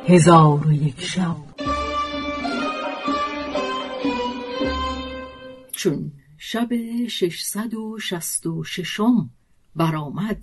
1001 شب. چون شب 666 برآمد،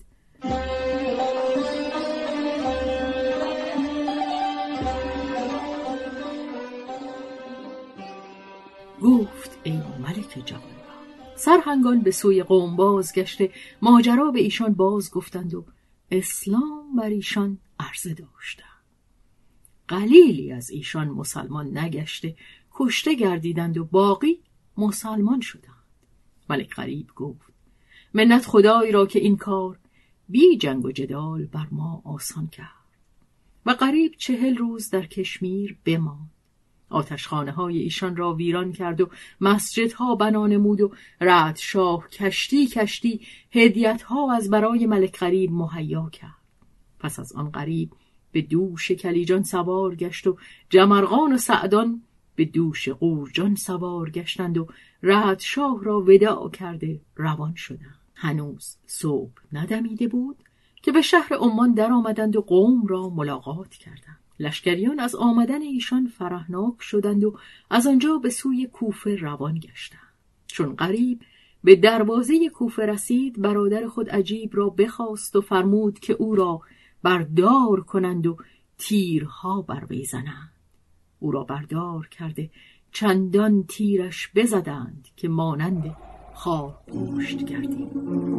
گفت ای ملک جوانبخت. سرهنگان به سوی قوم بازگشته ماجرا به ایشان باز گفتند و اسلام بر ایشان عرضه داشتند. قلیلی از ایشان مسلمان نگشته کشته گردیدند و باقی مسلمان شدند. ملک غریب گفت منت خدای را که این کار بی جنگ و جدال بر ما آسان کرد. و غریب 40 روز در کشمیر بماند. آتشخانه های ایشان را ویران کرد و مسجدها بنا نمود و رعد شاه کشتی هدیت ها از برای ملک غریب مهیا کرد. پس از آن غریب به دوش کلیجان سوار گشت و جمرغان و سعدان به دوش قورجان سوار گشتند و رعد شاه را وداع کرده روان شدند. هنوز صبح ندمیده بود که به شهر عمان در آمدند و قوم را ملاقات کردند. لشکریان از آمدن ایشان فرحناک شدند و از آنجا به سوی کوفه روان گشتند. چون غریب به دروازه کوفه رسید، برادر خود عجیب را بخواست و فرمود که او را بردار کنند و تیرها بر وی زنند. او را بردار کرده چندان تیرش بزدند که مانند خار گوشت گردید.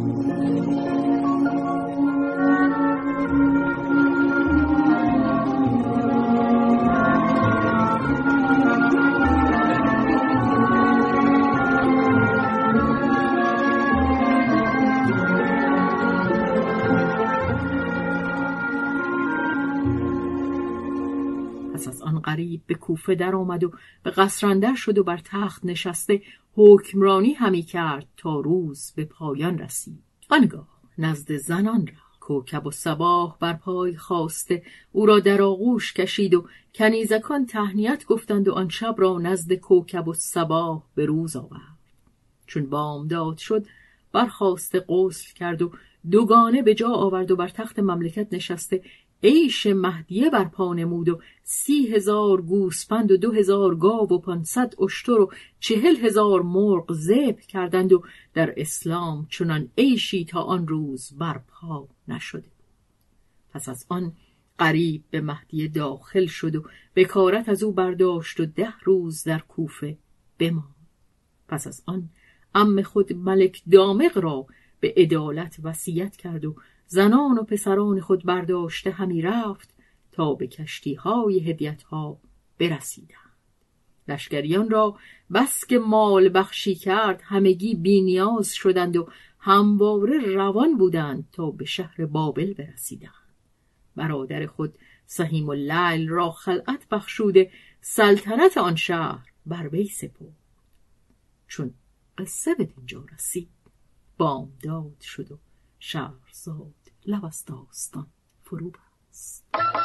پس از آن غریب به کوفه در آمد و به قصر اندر شد و بر تخت نشسته حکمرانی همی کرد تا روز به پایان رسید. آنگاه نزد زنان را کوکب و صباح بر پای خواسته او را در آغوش کشید و کنیزکان تهنیت گفتند و آن شب را نزد کوکب و صباح به روز آورد. چون بامداد شد برخاسته غسل کرد و دوگانه به جا آورد و بر تخت مملکت نشسته عیش مهدیه بر پا نمود و 30,000 گوسپند و 2,000 گاو و 500 اشتر و 40,000 مرغ ذبح کردند و در اسلام چنان عیشی تا آن روز بر پا نشده. پس از آن غریب به مهدیه داخل شد و بکارت از او برداشت و 10 روز در کوفه بماند. پس از آن عم خود ملک دامغ را به عدالت وصیت کرد و زنان و پسران خود برداشته همی رفت تا به کشتی‌های هدیت‌ها برسیدند. لشکریان را بس که مال بخشی کرد همگی بی نیاز شدند و همواره روان بودند تا به شهر بابل برسیدند. برادر خود سهیم اللیل را خلعت بخشوده سلطنت آن شهر بر وی سپرد. چون قصه به دینجا رسید بامداد شد و شهرزاد لب از داستان فرو بست.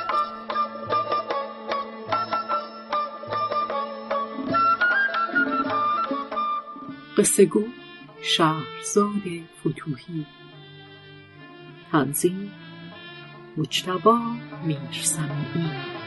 قصه گو شهرزاد فتوحی. تنظیم مجتبی میرسمی.